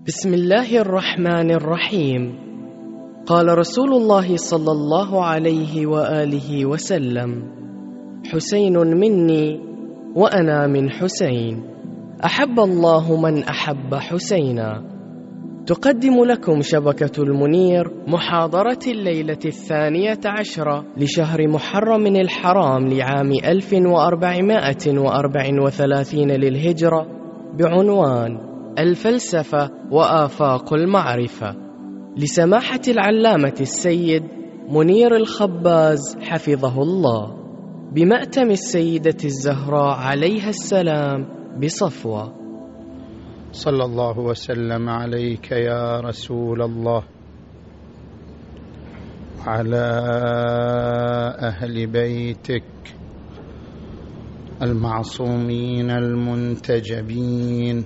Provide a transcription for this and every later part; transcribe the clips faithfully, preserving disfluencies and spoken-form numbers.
بسم الله الرحمن الرحيم. قال رسول الله صلى الله عليه وآله وسلم: حسين مني وأنا من حسين، أحب الله من أحب حسينا. تقدم لكم شبكة المنير محاضرة الليلة الثانية عشرة لشهر محرم الحرام لعام ألف وأربعمائة وأربع وثلاثين للهجرة بعنوان الفلسفة وآفاق المعرفة، لسماحة العلامة السيد منير الخباز حفظه الله، بمأتم السيدة الزهراء عليها السلام بصفوة. صلى الله وسلم عليك يا رسول الله وعلى أهل بيتك المعصومين المنتجبين.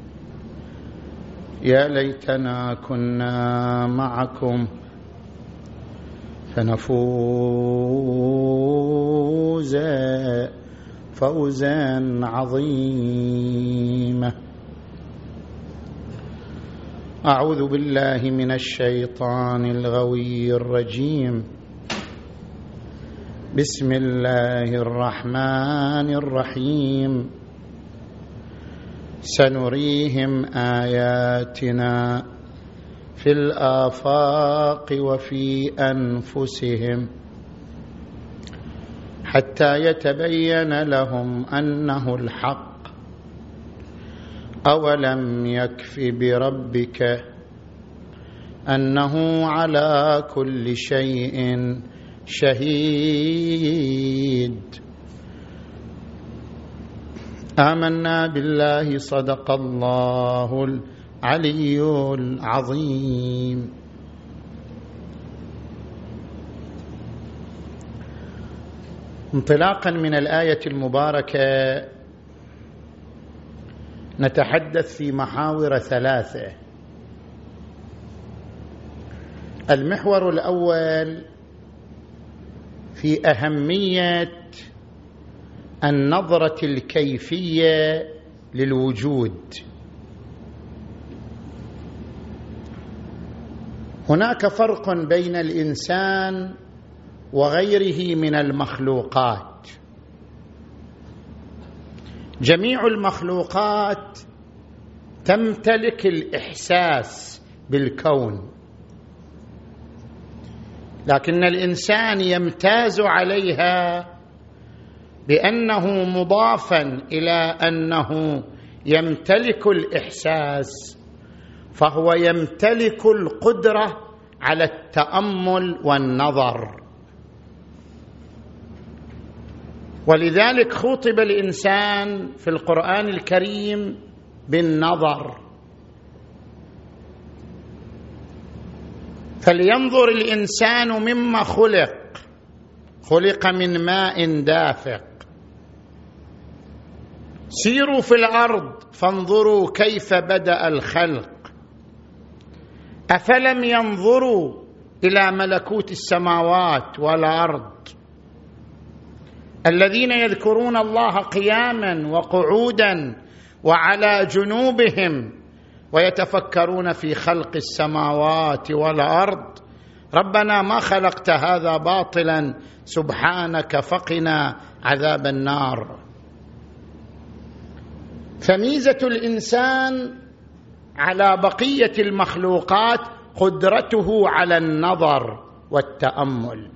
يا ليتنا كنا معكم فنفوز فوزا عظيما. أعوذ بالله من الشيطان الغوي الرجيم. بسم الله الرحمن الرحيم. سنريهم آياتنا في الآفاق وفي أنفسهم حتى يتبين لهم أنه الحق. أولم يكف بربك أنه على كل شيء شهيد. آمنا بالله، صدق الله العلي العظيم. انطلاقا من الآية المباركة نتحدث في محاور ثلاثة. المحور الأول في أهمية النظرة الكيفية للوجود. هناك فرق بين الإنسان وغيره من المخلوقات. جميع المخلوقات تمتلك الإحساس بالكون، لكن الإنسان يمتاز عليها بأنه مضافا إلى أنه يمتلك الإحساس فهو يمتلك القدرة على التأمل والنظر. ولذلك خُطب الإنسان في القرآن الكريم بالنظر. فلينظر الإنسان مما خلق، خلق من ماء دافق. سيروا في الأرض فانظروا كيف بدأ الخلق. أفلم ينظروا إلى ملكوت السماوات والأرض. الذين يذكرون الله قياما وقعودا وعلى جنوبهم ويتفكرون في خلق السماوات والأرض ربنا ما خلقت هذا باطلا سبحانك فقنا عذاب النار. فميزة الإنسان على بقية المخلوقات قدرته على النظر والتأمل،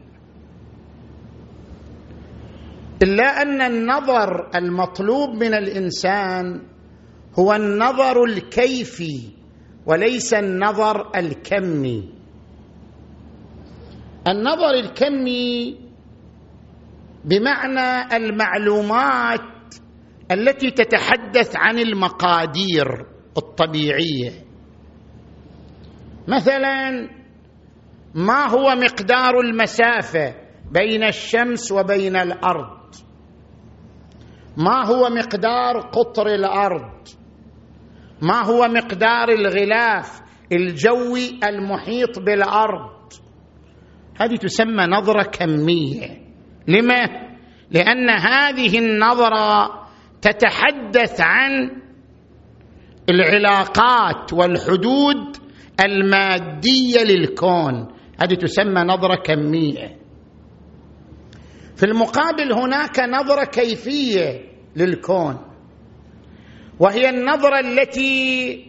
إلا أن النظر المطلوب من الإنسان هو النظر الكيفي وليس النظر الكمي. النظر الكمي بمعنى المعلومات التي تتحدث عن المقادير الطبيعية. مثلا ما هو مقدار المسافة بين الشمس وبين الأرض؟ ما هو مقدار قطر الأرض؟ ما هو مقدار الغلاف الجوي المحيط بالأرض؟ هذه تسمى نظرة كمية. لما؟ لأن هذه النظرة تتحدث عن العلاقات والحدود المادية للكون، هذه تسمى نظرة كمية. في المقابل هناك نظرة كيفية للكون، وهي النظرة التي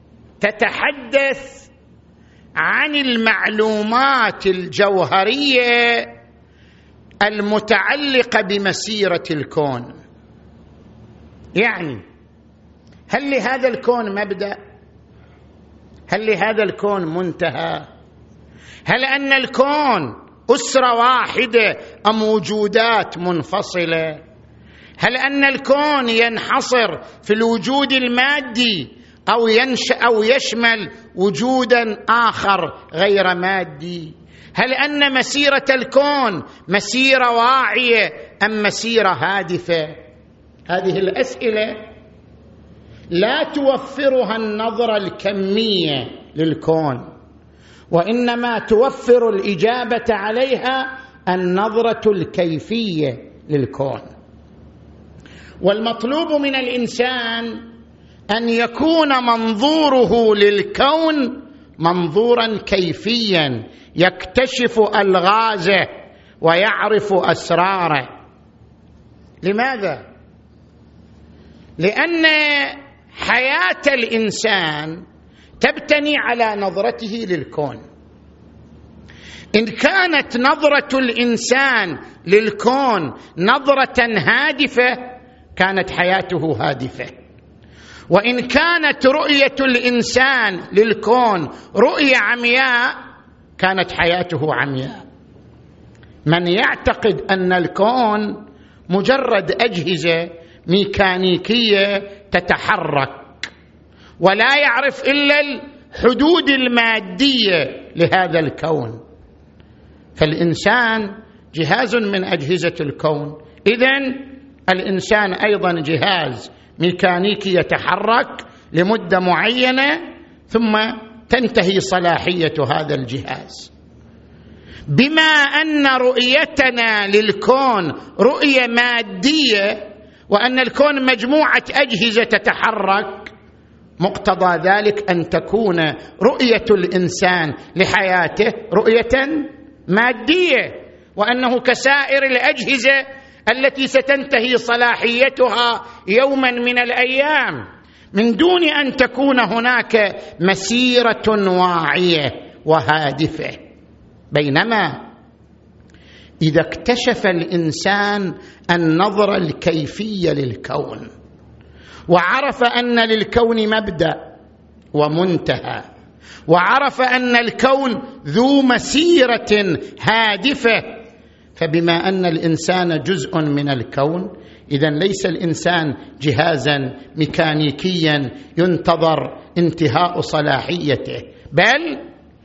تتحدث عن المعلومات الجوهرية المتعلقة بمسيرة الكون. يعني هل لهذا الكون مبدأ؟ هل لهذا الكون منتهى؟ هل أن الكون أسرة واحدة أم وجودات منفصلة؟ هل أن الكون ينحصر في الوجود المادي أو ينشأ أو يشمل وجودا آخر غير مادي؟ هل أن مسيرة الكون مسيرة واعية أم مسيرة هادفة؟ هذه الأسئلة لا توفرها النظرة الكمية للكون، وإنما توفر الإجابة عليها النظرة الكيفية للكون. والمطلوب من الإنسان أن يكون منظوره للكون منظورا كيفيا يكتشف ألغازه ويعرف أسراره. لماذا؟ لأن حياة الإنسان تبتني على نظرته للكون. إن كانت نظرة الإنسان للكون نظرة هادفة كانت حياته هادفة، وإن كانت رؤية الإنسان للكون رؤية عمياء كانت حياته عمياء. من يعتقد أن الكون مجرد أجهزة ميكانيكية تتحرك ولا يعرف إلا الحدود المادية لهذا الكون، فالإنسان جهاز من أجهزة الكون. إذن الإنسان أيضا جهاز ميكانيكي يتحرك لمدة معينة ثم تنتهي صلاحية هذا الجهاز. بما أن رؤيتنا للكون رؤية مادية وأن الكون مجموعة أجهزة تتحرك، مقتضى ذلك أن تكون رؤية الإنسان لحياته رؤية مادية، وأنه كسائر الأجهزة التي ستنتهي صلاحيتها يوما من الأيام، من دون أن تكون هناك مسيرة واعية وهادفة. بينما إذا اكتشف الإنسان النظرة الكيفية للكون وعرف أن للكون مبدأ ومنتهى، وعرف أن الكون ذو مسيرة هادفة، فبما أن الإنسان جزء من الكون إذن ليس الإنسان جهازا ميكانيكيا ينتظر انتهاء صلاحيته، بل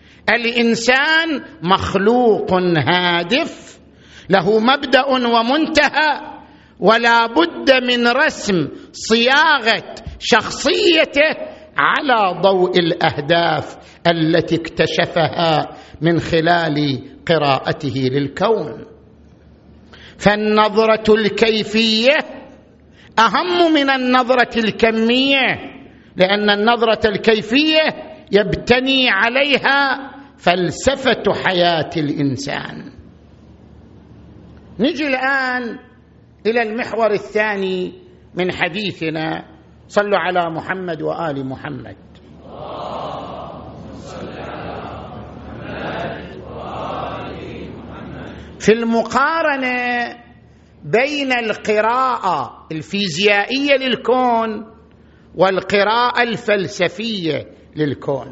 الإنسان مخلوق هادف له مبدأ ومنتهى، ولا بد من رسم صياغة شخصيته على ضوء الأهداف التي اكتشفها من خلال قراءته للكون. فالنظرة الكيفية أهم من النظرة الكمية، لأن النظرة الكيفية يبتني عليها فلسفة حياة الإنسان. نجي الآن إلى المحور الثاني من حديثنا. صلوا على محمد وآل محمد. في المقارنة بين القراءة الفيزيائية للكون والقراءة الفلسفية للكون،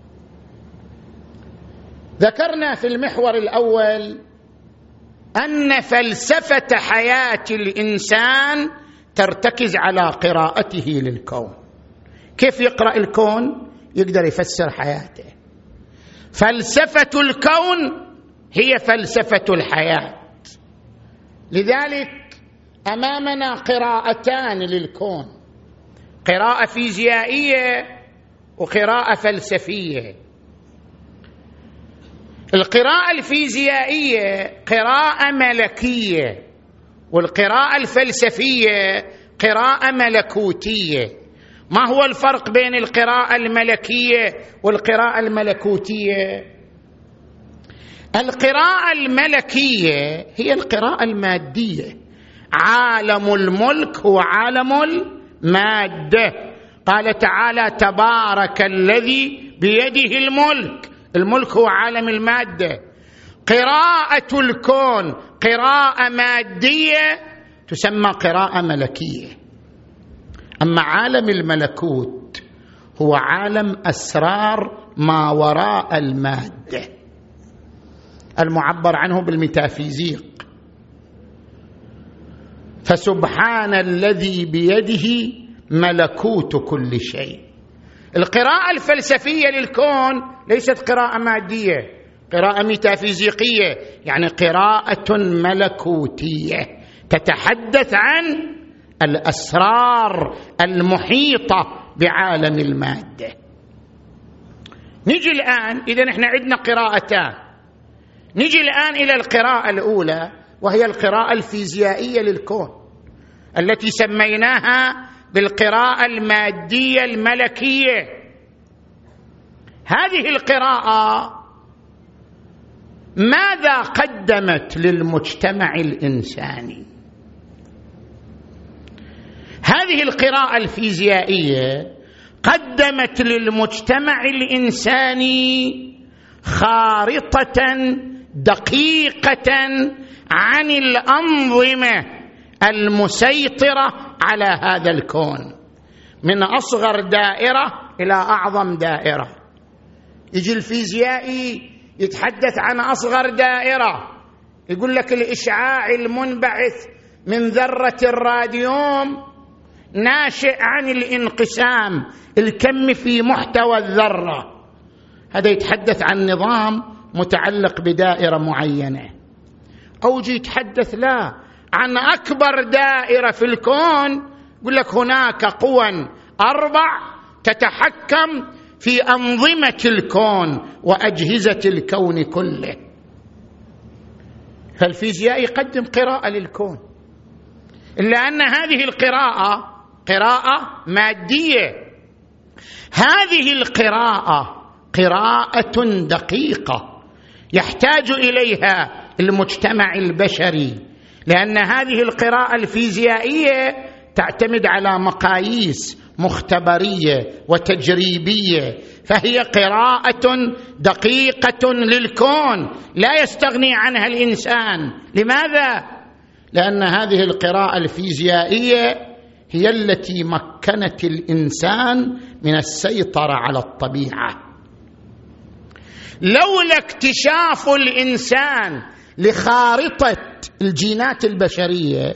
ذكرنا في المحور الأول أن فلسفة حياة الإنسان ترتكز على قراءته للكون. كيف يقرأ الكون يقدر يفسر حياته. فلسفة الكون هي فلسفة الحياة. لذلك أمامنا قراءتان للكون، قراءة فيزيائية وقراءة فلسفية. القراءة الفيزيائية قراءة ملكية، والقراءة الفلسفية قراءة ملكوتية. ما هو الفرق بين القراءة الملكية والقراءة الملكوتية؟ القراءة الملكية هي القراءة المادية، عالم الملك هو عالم المادة. قال تعالى: تبارك الذي بيده الملك. الملك هو عالم المادة. قراءة الكون قراءة مادية تسمى قراءة ملكية. أما عالم الملكوت هو عالم أسرار ما وراء المادة، المعبر عنه بالميتافيزيق. فسبحان الذي بيده ملكوت كل شيء. القراءة الفلسفية للكون ليست قراءة مادية، قراءة ميتافيزيقية، يعني قراءة ملكوتية تتحدث عن الأسرار المحيطة بعالم المادة. نجي الآن، إذا نحن عندنا قراءتان، نجي الآن إلى القراءة الأولى وهي القراءة الفيزيائية للكون التي سميناها بالقراءة المادية الملكية. هذه القراءة ماذا قدمت للمجتمع الإنساني؟ هذه القراءة الفيزيائية قدمت للمجتمع الإنساني خارطة دقيقة عن الأنظمة المسيطرة على هذا الكون، من أصغر دائرة إلى أعظم دائرة. يجي الفيزيائي يتحدث عن أصغر دائرة، يقول لك الإشعاع المنبعث من ذرة الراديوم ناشئ عن الانقسام الكمي في محتوى الذرة. هذا يتحدث عن نظام متعلق بدائرة معينة. أو يجي يتحدث لا عن أكبر دائرة في الكون، يقول لك هناك قوى أربع تتحكم في أنظمة الكون وأجهزة الكون كله. فالفيزياء يقدم قراءة للكون، إلا أن هذه القراءة قراءة مادية. هذه القراءة قراءة دقيقة يحتاج إليها المجتمع البشري، لأن هذه القراءة الفيزيائية تعتمد على مقاييس مختبرية وتجريبية، فهي قراءة دقيقة للكون لا يستغني عنها الإنسان. لماذا؟ لأن هذه القراءة الفيزيائية هي التي مكنت الإنسان من السيطرة على الطبيعة. لولا اكتشاف الإنسان لخارطة الجينات البشرية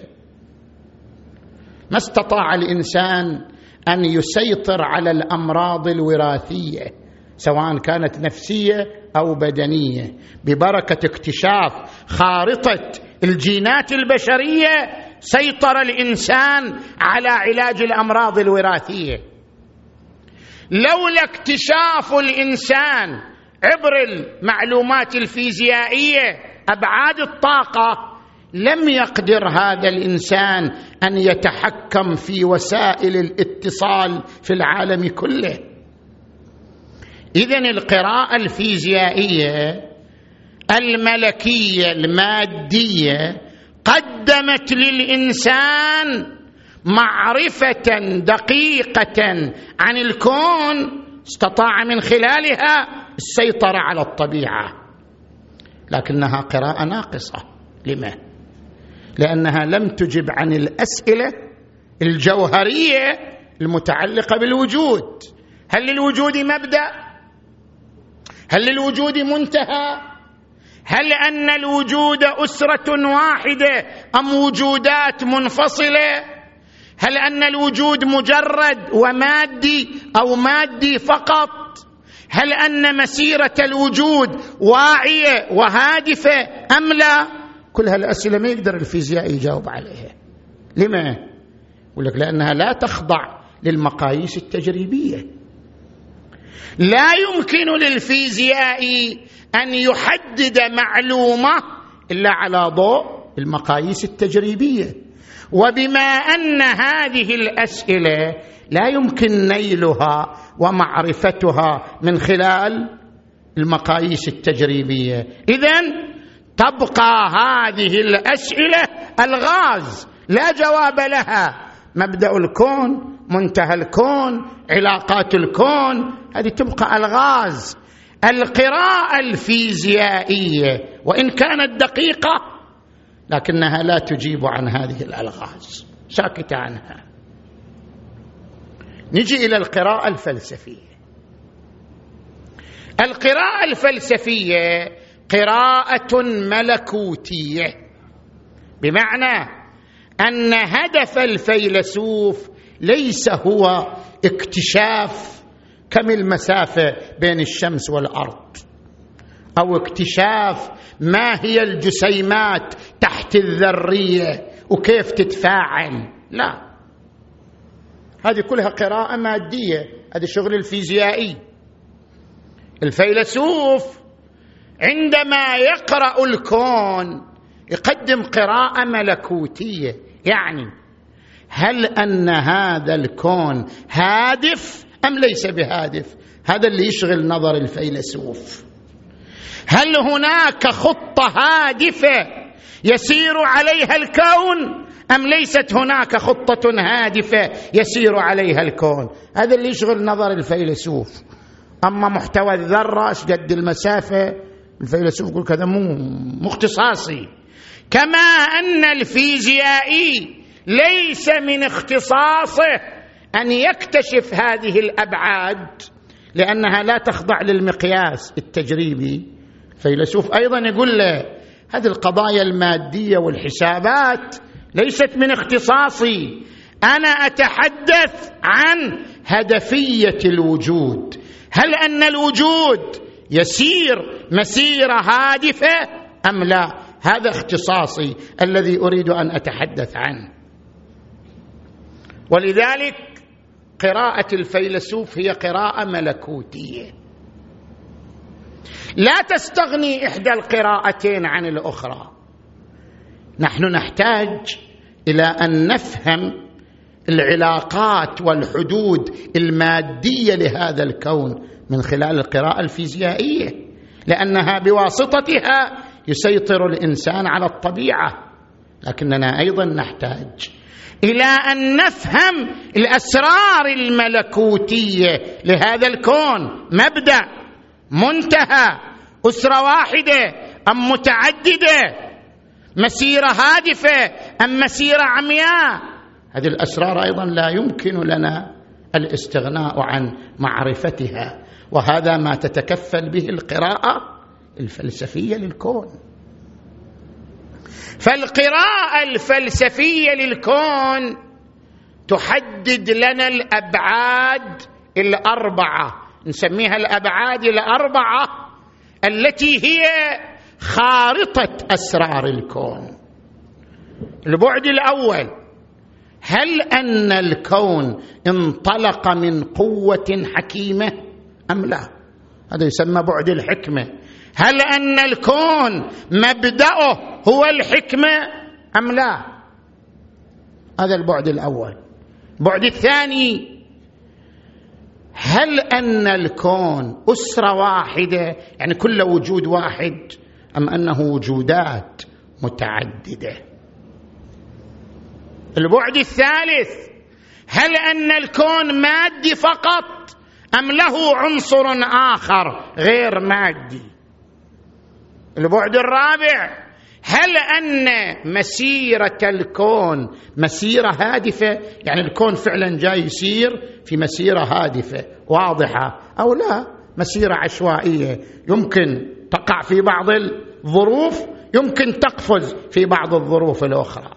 ما استطاع الإنسان أن يسيطر على الأمراض الوراثية سواء كانت نفسية أو بدنية. ببركة اكتشاف خارطة الجينات البشرية سيطر الإنسان على علاج الأمراض الوراثية. لولا اكتشاف الإنسان عبر المعلومات الفيزيائية أبعاد الطاقة لم يقدر هذا الإنسان أن يتحكم في وسائل الاتصال في العالم كله. إذن القراءة الفيزيائية الملكية المادية قدمت للإنسان معرفة دقيقة عن الكون استطاع من خلالها السيطرة على الطبيعة، لكنها قراءة ناقصة. لما؟ لأنها لم تجب عن الأسئلة الجوهرية المتعلقة بالوجود. هل للوجود مبدأ؟ هل للوجود منتهى؟ هل أن الوجود أسرة واحدة أم وجودات منفصلة؟ هل أن الوجود مجرد ومادي أو مادي فقط؟ هل أن مسيرة الوجود واعية وهادفة أم لا؟ كل هالأسئلة ما يقدر الفيزيائي يجاوب عليها. لما؟ يقول لك لأنها لا تخضع للمقاييس التجريبية. لا يمكن للفيزيائي أن يحدد معلومة إلا على ضوء المقاييس التجريبية. وبما أن هذه الأسئلة لا يمكن نيلها ومعرفتها من خلال المقاييس التجريبية. إذن تبقى هذه الأسئلة الغاز لا جواب لها. مبدأ الكون، منتهى الكون، علاقات الكون، هذه تبقى الغاز. القراءة الفيزيائية وإن كانت دقيقة لكنها لا تجيب عن هذه الألغاز، ساكتة عنها. نجي إلى القراءة الفلسفية. القراءة الفلسفية قراءة ملكوتية، بمعنى أن هدف الفيلسوف ليس هو اكتشاف كم المسافة بين الشمس والأرض، أو اكتشاف ما هي الجسيمات تحت الذرية وكيف تتفاعل، لا، هذه كلها قراءة مادية، هذا شغل الفيزيائي. الفيلسوف عندما يقرأ الكون يقدم قراءة ملكوتية، يعني هل أن هذا الكون هادف أم ليس بهادف؟ هذا اللي يشغل نظر الفيلسوف. هل هناك خطة هادفة يسير عليها الكون أم ليست هناك خطة هادفة يسير عليها الكون؟ هذا اللي يشغل نظر الفيلسوف. أما محتوى الذرة ايش قد المسافة، الفيلسوف يقول كذا مو مختصاصي. كما أن الفيزيائي ليس من اختصاصه أن يكتشف هذه الأبعاد لأنها لا تخضع للمقياس التجريبي. الفيلسوف أيضا يقول له هذه القضايا المادية والحسابات ليست من اختصاصي، أنا أتحدث عن هدفية الوجود. هل أن الوجود يسير مسيرة هادفة أم لا؟ هذا اختصاصي الذي أريد أن أتحدث عنه. ولذلك قراءة الفيلسوف هي قراءة ملكوتية، لا تستغني إحدى القراءتين عن الأخرى. نحن نحتاج إلى أن نفهم العلاقات والحدود المادية لهذا الكون من خلال القراءة الفيزيائية، لأنها بواسطتها يسيطر الإنسان على الطبيعة. لكننا أيضا نحتاج إلى أن نفهم الأسرار الملكوتية لهذا الكون، مبدأ، منتهى، أسرة واحدة أم متعددة، مسيرة هادفة أم مسيرة عمياء. هذه الأسرار أيضا لا يمكن لنا الاستغناء عن معرفتها، وهذا ما تتكفل به القراءة الفلسفية للكون. فالقراءة الفلسفية للكون تحدد لنا الأبعاد الأربعة، نسميها الأبعاد الأربعة التي هي خارطة أسرار الكون. البعد الأول، هل أن الكون انطلق من قوة حكيمة أم لا؟ هذا يسمى بعد الحكمة. هل أن الكون مبدأه هو الحكمة أم لا؟ هذا البعد الأول. البعد الثاني، هل أن الكون أسرة واحدة، يعني كل وجود واحد، أم أنه وجودات متعددة؟ البعد الثالث، هل أن الكون مادي فقط أم له عنصر آخر غير مادي؟ البعد الرابع، هل أن مسيرة الكون مسيرة هادفة، يعني الكون فعلا جاي يسير في مسيرة هادفة واضحة، أو لا مسيرة عشوائية يمكن تقع في بعض الظروف، يمكن تقفز في بعض الظروف الأخرى.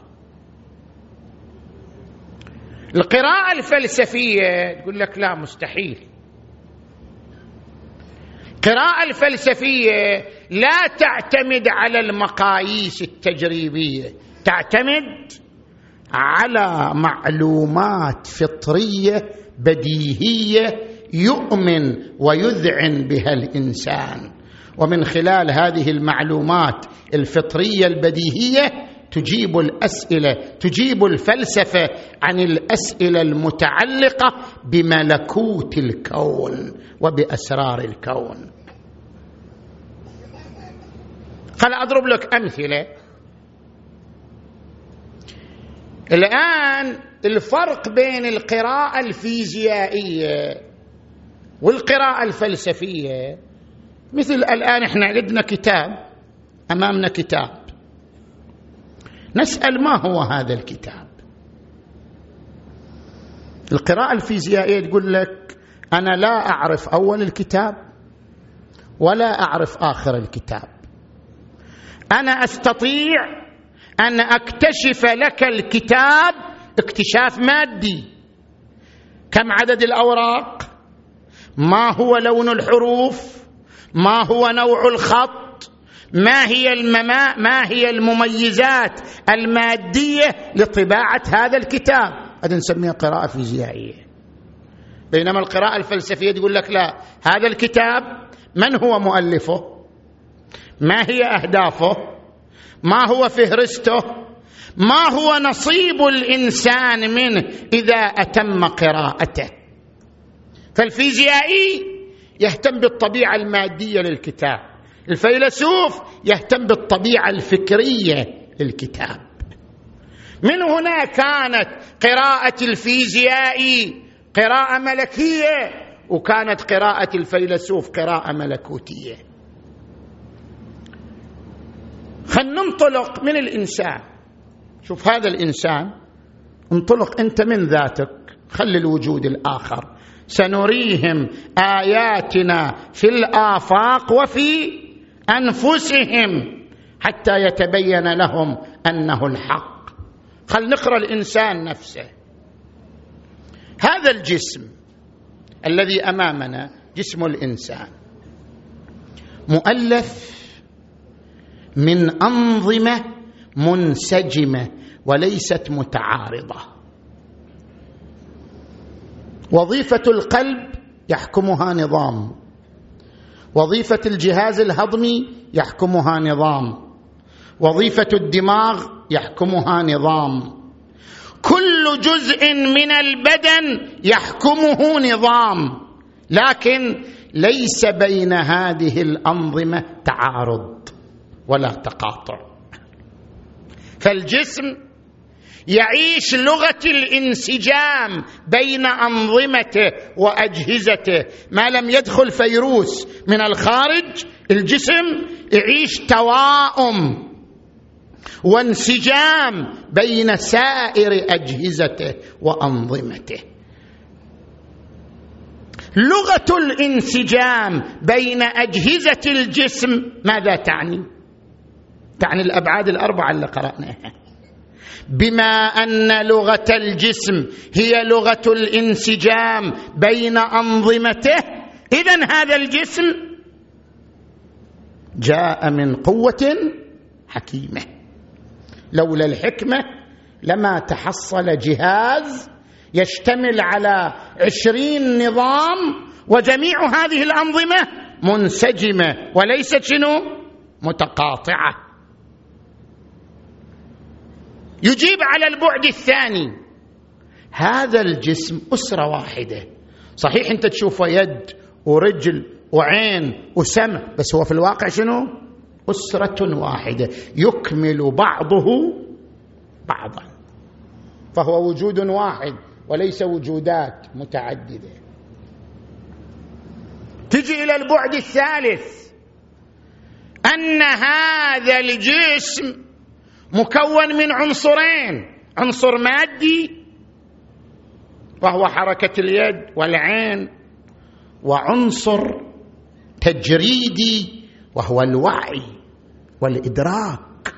القراءة الفلسفية تقول لك لا، مستحيل. القراءة الفلسفية لا تعتمد على المقاييس التجريبية، تعتمد على معلومات فطرية بديهية يؤمن ويذعن بها الإنسان، ومن خلال هذه المعلومات الفطرية البديهية تجيب الأسئلة، تجيب الفلسفة عن الأسئلة المتعلقة بملكوت الكون وبأسرار الكون. خل أضرب لك أمثلة. الآن الفرق بين القراءة الفيزيائية والقراءة الفلسفية، مثل الآن إحنا عندنا كتاب، أمامنا كتاب، نسأل ما هو هذا الكتاب؟ القراءة الفيزيائية تقول لك أنا لا أعرف أول الكتاب ولا أعرف آخر الكتاب، أنا أستطيع أن أكتشف لك الكتاب اكتشاف مادي، كم عدد الأوراق، ما هو لون الحروف، ما هو نوع الخط، ما هي المما ما هي المميزات المادية لطباعة هذا الكتاب. هذا نسميها قراءة فيزيائية. بينما القراءة الفلسفية تقول لك لا، هذا الكتاب من هو مؤلفه، ما هي أهدافه، ما هو فهرسته، ما هو نصيب الإنسان منه إذا أتم قراءته. فالفيزيائي يهتم بالطبيعة المادية للكتاب، الفيلسوف يهتم بالطبيعة الفكرية للكتاب. من هنا كانت قراءة الفيزيائي قراءة ملكية، وكانت قراءة الفيلسوف قراءة ملكوتية. خلينا ننطلق من الإنسان. شوف هذا الإنسان، انطلق أنت من ذاتك، خلي الوجود الآخر. سنريهم آياتنا في الآفاق وفي أنفسهم حتى يتبين لهم أنه الحق. خل نقرأ الإنسان نفسه. هذا الجسم الذي أمامنا جسم الإنسان مؤلف من أنظمة منسجمة وليست متعارضة. وظيفة القلب يحكمها نظام، وظيفة الجهاز الهضمي يحكمها نظام، وظيفة الدماغ يحكمها نظام، كل جزء من البدن يحكمه نظام، لكن ليس بين هذه الأنظمة تعارض ولا تقاطع. فالجسم يعيش لغة الانسجام بين أنظمته وأجهزته. ما لم يدخل فيروس من الخارج، الجسم يعيش توائم وانسجام بين سائر أجهزته وأنظمته. لغة الانسجام بين أجهزة الجسم ماذا تعني؟ تعني الأبعاد الأربعة اللي قرأناها. بما أن لغة الجسم هي لغة الانسجام بين أنظمته، إذن هذا الجسم جاء من قوة حكيمة. لولا الحكمة لما تحصل جهاز يشتمل على عشرين نظام وجميع هذه الأنظمة منسجمة وليست شنو؟ متقاطعة. يجيب على البعد الثاني. هذا الجسم أسرة واحدة. صحيح أنت تشوفه يد ورجل وعين وسمع، بس هو في الواقع شنو؟ أسرة واحدة يكمل بعضه بعضا، فهو وجود واحد وليس وجودات متعددة. تجي إلى البعد الثالث، أن هذا الجسم مكون من عنصرين، عنصر مادي وهو حركة اليد والعين، وعنصر تجريدي وهو الوعي والإدراك.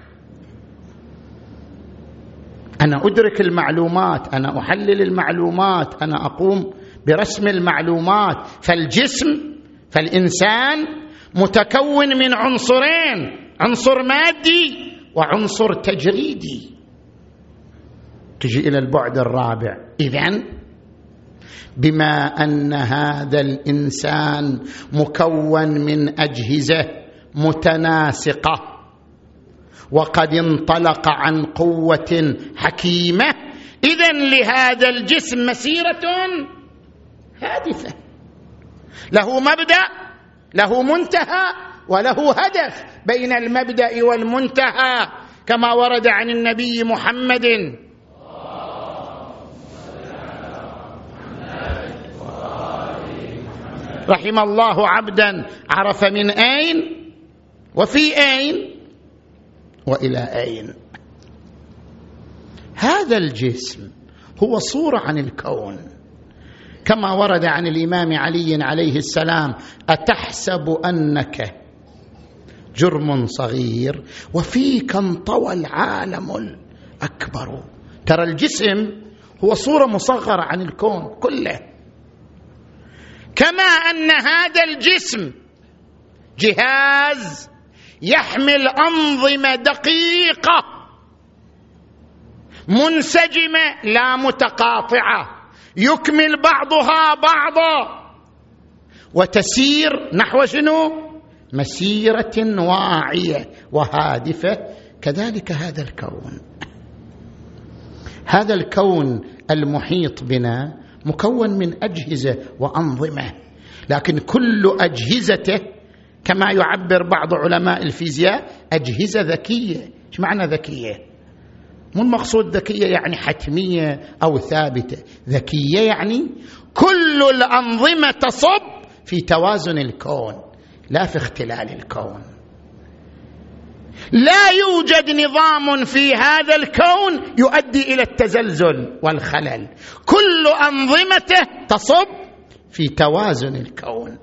أنا أدرك المعلومات، أنا أحلل المعلومات، أنا أقوم برسم المعلومات. فالجسم فالإنسان متكون من عنصرين، عنصر مادي وعنصر تجريدي. تجي إلى البعد الرابع. إذن بما أن هذا الإنسان مكون من أجهزة متناسقة وقد انطلق عن قوة حكيمة. إذن لهذا الجسم مسيرة هادفة، له مبدأ، له منتهى، وله هدف بين المبدأ والمنتهى، كما ورد عن النبي محمد رحم الله عبدا عرف من أين وفي أين وإلى أين. هذا الجسم هو صورة عن الكون، كما ورد عن الإمام علي عليه السلام: أتحسب أنك جرم صغير وفيك انطوى العالم الأكبر. ترى الجسم هو صورة مصغرة عن الكون كله، كما أن هذا الجسم جهاز يحمل أنظمة دقيقة منسجمة لا متقاطعة، يكمل بعضها بعضا وتسير نحو شنو؟ مسيرة واعية وهادفة. كذلك هذا الكون، هذا الكون المحيط بنا مكون من أجهزة وأنظمة، لكن كل أجهزته كما يعبر بعض علماء الفيزياء أجهزة ذكية. ايش معنى ذكية؟ مو المقصود ذكية يعني حتمية أو ثابتة، ذكية يعني كل الأنظمة تصب في توازن الكون لا في اختلال الكون. لا يوجد نظام في هذا الكون يؤدي إلى التزلزل والخلل، كل أنظمته تصب في توازن الكون.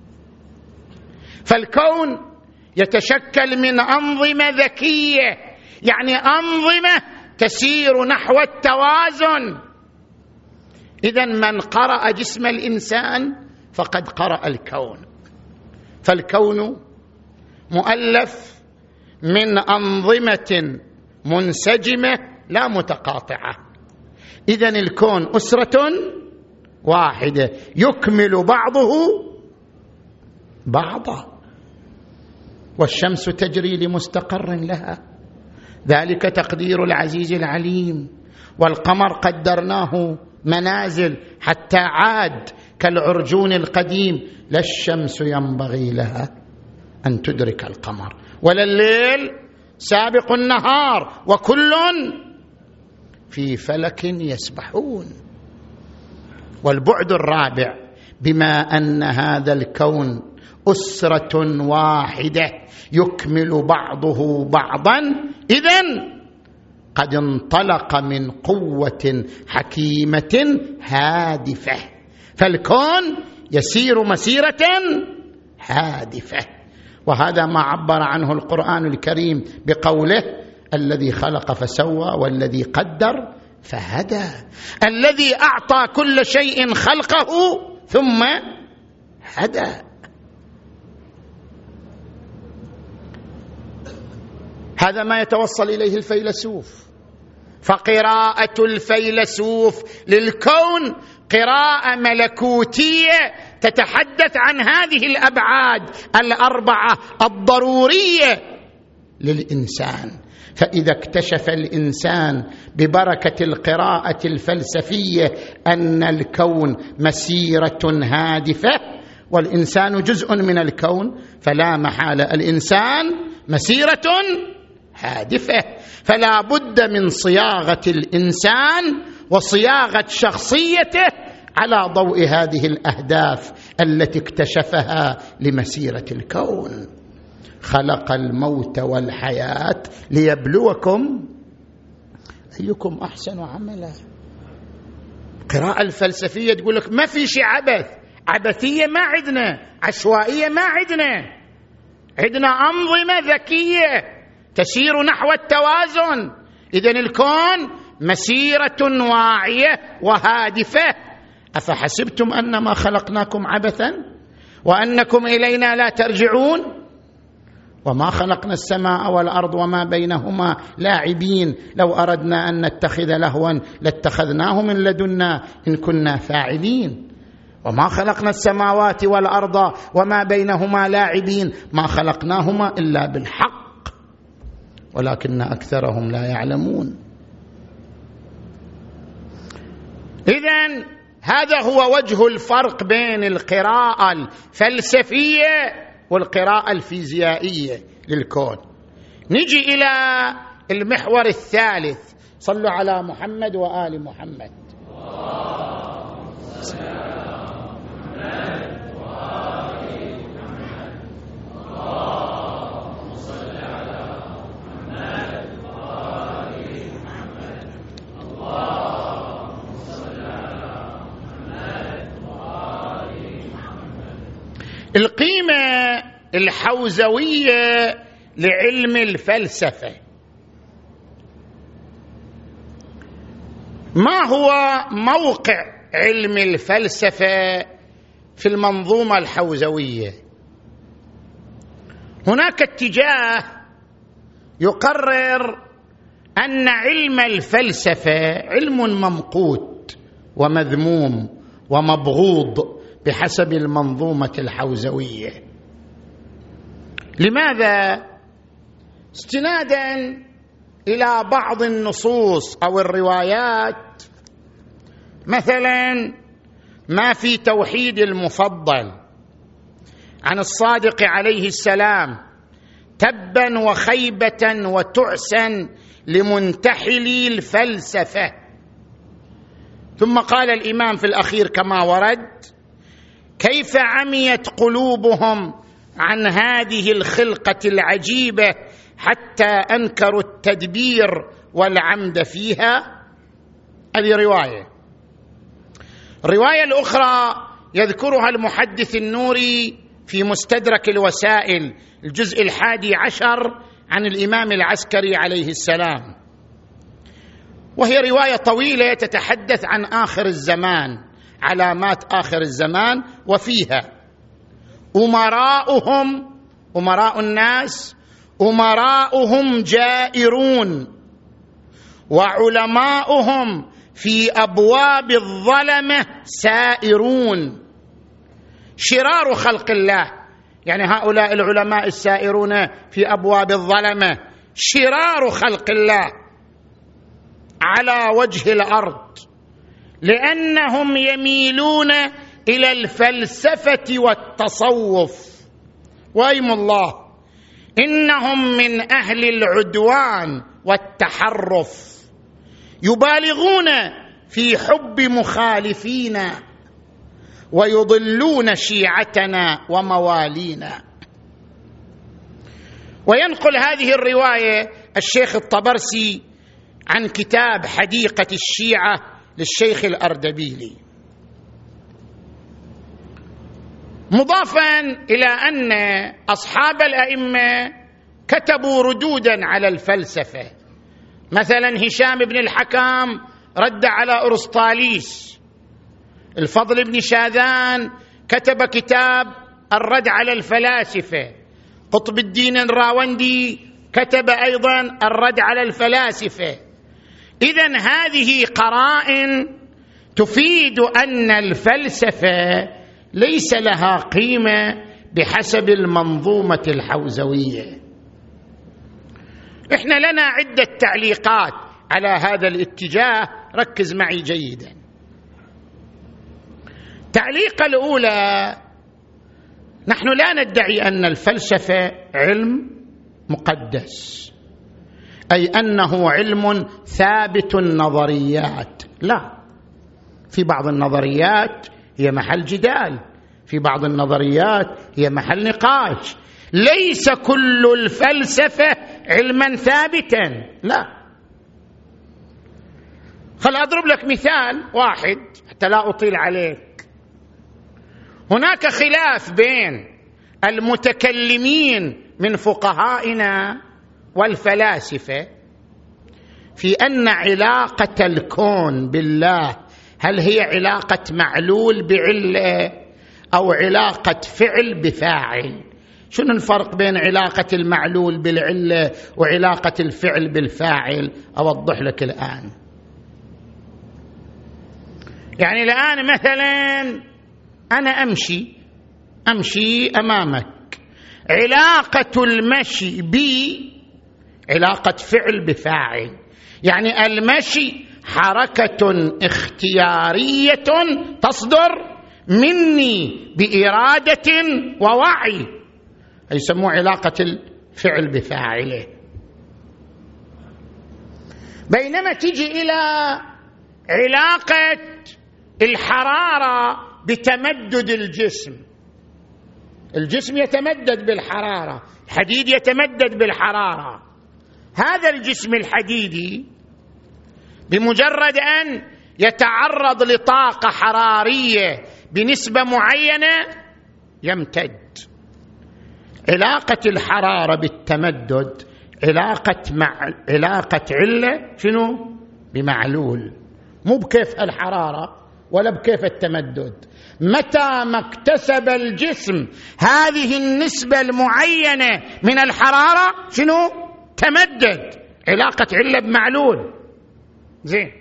فالكون يتشكل من أنظمة ذكية، يعني أنظمة تسير نحو التوازن. إذن من قرأ جسم الإنسان فقد قرأ الكون. فالكون مؤلف من أنظمة منسجمة لا متقاطعة. إذن الكون أسرة واحدة يكمل بعضه بعضا، والشمس تجري لمستقر لها، ذلك تقدير العزيز العليم. والقمر قدرناه منازل حتى عاد كالعرجون القديم، لا الشمس ينبغي لها أن تدرك القمر ولا الليل سابق النهار، وكل في فلك يسبحون. والبعد الرابع: بما أن هذا الكون أسرة واحدة يكمل بعضه بعضا، إذن قد انطلق من قوة حكيمة هادفة، فالكون يسير مسيرة هادفة. وهذا ما عبر عنه القرآن الكريم بقوله: الذي خلق فسوى والذي قدر فهدى، الذي أعطى كل شيء خلقه ثم هدى. هذا ما يتوصل إليه الفيلسوف. فقراءة الفيلسوف للكون قراءة ملكوتية تتحدث عن هذه الأبعاد الأربعة الضرورية للإنسان. فإذا اكتشف الإنسان ببركة القراءة الفلسفية أن الكون مسيرة هادفة والإنسان جزء من الكون، فلا محالة الإنسان مسيرة هادفة. فلا بد من صياغة الإنسان وصياغة شخصيته على ضوء هذه الأهداف التي اكتشفها لمسيرة الكون. خلق الموت والحياة ليبلوكم أيكم أحسن عملا. القراءة الفلسفية تقول لك ما في شيء عبث، عبثية ما عندنا، عشوائية ما عندنا، عندنا أنظمة ذكية تسير نحو التوازن. إذن الكون مسيرة واعية وهادفة. أفحسبتم أنما خلقناكم عبثا وأنكم إلينا لا ترجعون وما خلقنا السماء والأرض وما بينهما لاعبين لو أردنا أن نتخذ لهوا لاتخذناه من لدنا إن كنا فاعلين وما خلقنا السماوات والأرض وما بينهما لاعبين ما خلقناهما إلا بالحق ولكن أكثرهم لا يعلمون. إذن هذا هو وجه الفرق بين القراءة الفلسفية والقراءة الفيزيائية للكون. نجي إلى المحور الثالث. صلوا على محمد وآل محمد. القيمة الحوزوية لعلم الفلسفة. ما هو موقع علم الفلسفة في المنظومة الحوزوية؟ هناك اتجاه يقرر أن علم الفلسفة علم ممقوت ومذموم ومبغوض بحسب المنظومة الحوزوية. لماذا؟ استنادا إلى بعض النصوص أو الروايات، مثلا ما في توحيد المفضل عن الصادق عليه السلام: تبا وخيبة وتعسا لمنتحلي الفلسفة. ثم قال الإمام في الأخير كما ورد: كيف عميت قلوبهم عن هذه الخلقة العجيبة حتى أنكروا التدبير والعمد فيها. هذه رواية. الرواية الأخرى يذكرها المحدث النوري في مستدرك الوسائل الجزء الحادي عشر عن الإمام العسكري عليه السلام، وهي رواية طويلة تتحدث عن آخر الزمان، علامات آخر الزمان، وفيها أمراؤهم، أمراء الناس، أمراؤهم جائرون، وعلماؤهم في أبواب الظلمة سائرون. شرار خلق الله، يعني هؤلاء العلماء السائرون في أبواب الظلمة شرار خلق الله على وجه الأرض، لأنهم يميلون إلى الفلسفة والتصوف. وأيم الله، إنهم من أهل العدوان والتحرف، يبالغون في حب مخالفينا ويضلون شيعتنا وموالينا. وينقل هذه الرواية الشيخ الطبرسي عن كتاب حديقة الشيعة للشيخ الأردبيلي، مضافا إلى أن أصحاب الأئمة كتبوا ردودا على الفلسفة. مثلا هشام بن الحكام رد على أرسطاليس، الفضل بن شاذان كتب كتاب الرد على الفلاسفة، قطب الدين الراوندي كتب أيضا الرد على الفلاسفة. إذن هذه قرائن تفيد أن الفلسفة ليس لها قيمة بحسب المنظومة الحوزوية. إحنا لنا عدة تعليقات على هذا الاتجاه، ركز معي جيدا. التعليق الأولى: نحن لا ندعي أن الفلسفة علم مقدس، أي أنه علم ثابت النظريات، لا. في بعض النظريات هي محل جدال، في بعض النظريات هي محل نقاش. ليس كل الفلسفة علما ثابتا، لا. خل أضرب لك مثال واحد حتى لا أطيل عليك. هناك خلاف بين المتكلمين من فقهائنا والفلاسفة في أن علاقة الكون بالله هل هي علاقة معلول بعلة أو علاقة فعل بفاعل. شنو الفرق بين علاقة المعلول بالعلة وعلاقة الفعل بالفاعل؟ أوضح لك الآن. يعني الآن مثلا أنا أمشي أمشي أمامك، علاقة المشي بي علاقة فعل بفاعل، يعني المشي حركة اختيارية تصدر مني بإرادة ووعي، يسموه علاقة الفعل بفاعله. بينما تجي إلى علاقة الحرارة بتمدد الجسم، الجسم يتمدد بالحرارة، الحديد يتمدد بالحرارة. هذا الجسم الحديدي بمجرد أن يتعرض لطاقة حرارية بنسبة معينة يمتد. علاقة الحرارة بالتمدد علاقة مع علاقة علة شنو؟ بمعلول، مو بكيف الحرارة ولا بكيف التمدد. متى ما اكتسب الجسم هذه النسبة المعينة من الحرارة شنو؟ تمدد، علاقة علة بمعلول. زين،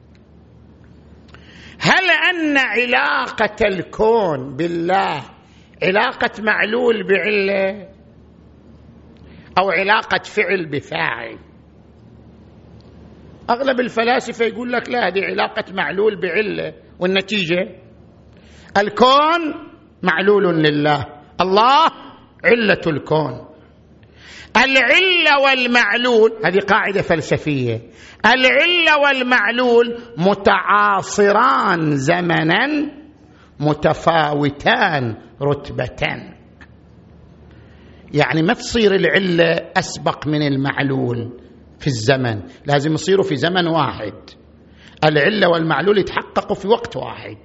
هل أن علاقة الكون بالله علاقة معلول بعلة أو علاقة فعل بفاعل؟ أغلب الفلاسفة يقول لك لا، هذه علاقة معلول بعلة، والنتيجة الكون معلول لله، الله علة الكون. العلة والمعلول هذه قاعدة فلسفية، العلة والمعلول متعاصران زمنا متفاوتان رتبة، يعني ما تصير العلة أسبق من المعلول في الزمن، لازم يصيروا في زمن واحد. العلة والمعلول يتحققوا في وقت واحد.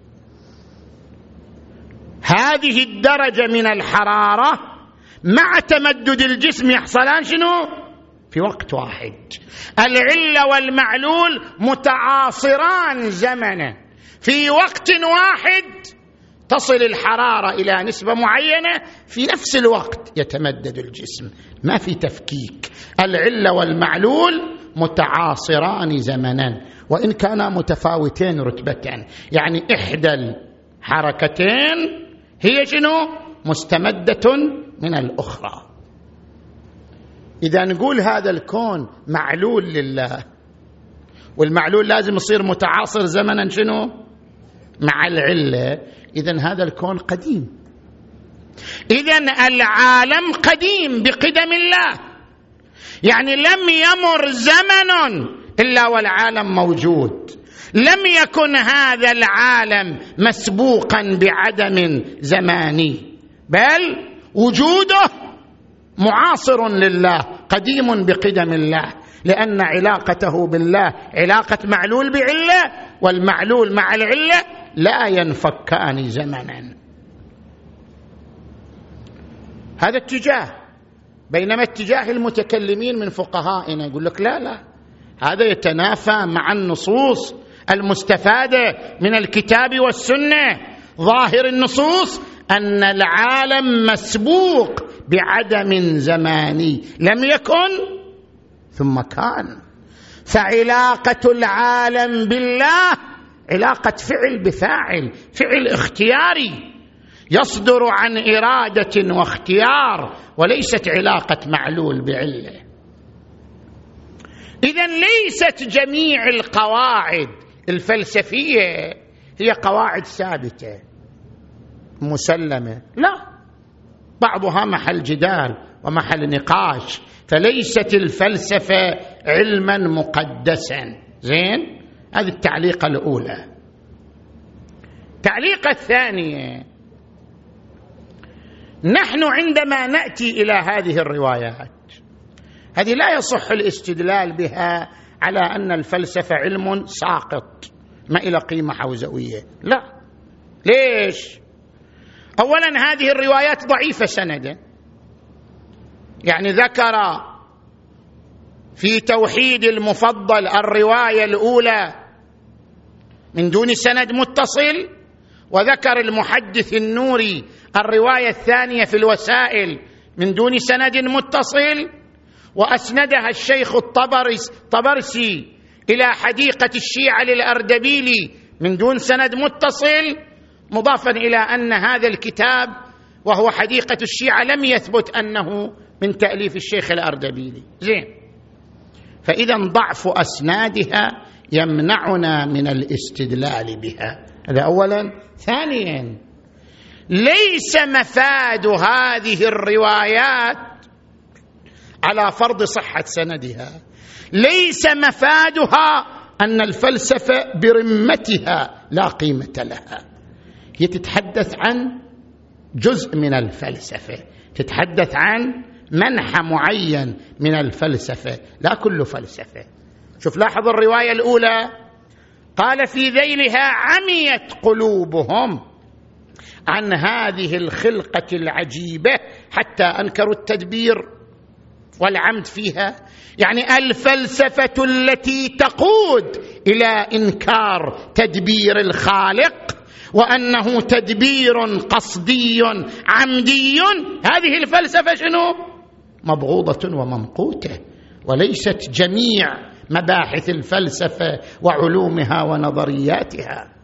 هذه الدرجة من الحرارة مع تمدد الجسم يحصلان شنو؟ في وقت واحد. العلة والمعلول متعاصران زمنا، في وقت واحد تصل الحرارة إلى نسبة معينة، في نفس الوقت يتمدد الجسم، ما في تفكيك. العلة والمعلول متعاصران زمنا وإن كانا متفاوتين رتبة، يعني إحدى الحركتين هي شنو؟ مستمدة من الأخرى. إذا نقول هذا الكون معلول لله، والمعلول لازم يصير متعاصر زمنا شنو؟ مع العلة، إذن هذا الكون قديم. إذن العالم قديم بقدم الله، يعني لم يمر زمن إلا والعالم موجود، لم يكن هذا العالم مسبوقا بعدم زماني، بل وجوده معاصر لله، قديم بقدم الله، لأن علاقته بالله علاقة معلول بعلة، والمعلول مع العلة لا ينفكان زمنا. هذا اتجاه. بينما اتجاه المتكلمين من فقهائنا يقول لك لا لا، هذا يتنافى مع النصوص المستفادة من الكتاب والسنة. ظاهر النصوص أن العالم مسبوق بعدم زماني، لم يكن ثم كان. فعلاقة العالم بالله علاقة فعل بفاعل، فعل اختياري يصدر عن إرادة واختيار، وليست علاقة معلول بعلة. إذن ليست جميع القواعد الفلسفية هي قواعد ثابتة مسلمة، لا، بعضها محل جدال ومحل نقاش، فليست الفلسفة علما مقدسا. زين، هذه التعليقة الأولى. التعليقة الثانية، نحن عندما نأتي إلى هذه الروايات هذه لا يصح الاستدلال بها على أن الفلسفة علم ساقط ما إلى قيمة حوزوية، لا. ليش؟ أولا هذه الروايات ضعيفة سندا، يعني ذكر في توحيد المفضل الرواية الأولى من دون سند متصل، وذكر المحدث النوري الرواية الثانية في الوسائل من دون سند متصل، وأسندها الشيخ الطبرسي إلى حديقة الشيعة للأردبيلي من دون سند متصل، مضافا إلى أن هذا الكتاب وهو حديقة الشيعة لم يثبت أنه من تأليف الشيخ الأردبيلي. زين، فإذا ضعف أسنادها يمنعنا من الاستدلال بها. هذا أولا. ثانيا، ليس مفاد هذه الروايات على فرض صحة سندها، ليس مفادها أن الفلسفة برمتها لا قيمة لها. هي تتحدث عن جزء من الفلسفة، تتحدث عن منحى معين من الفلسفة، لا كل فلسفة. شوف، لاحظ الرواية الأولى، قال في ذيلها عميت قلوبهم عن هذه الخلقة العجيبة حتى أنكروا التدبير والعمد فيها. يعني الفلسفة التي تقود إلى إنكار تدبير الخالق وأنه تدبير قصدي عمدي، هذه الفلسفة شنو؟ مبغوضة وممقوتة، وليست جميع مباحث الفلسفة وعلومها ونظرياتها.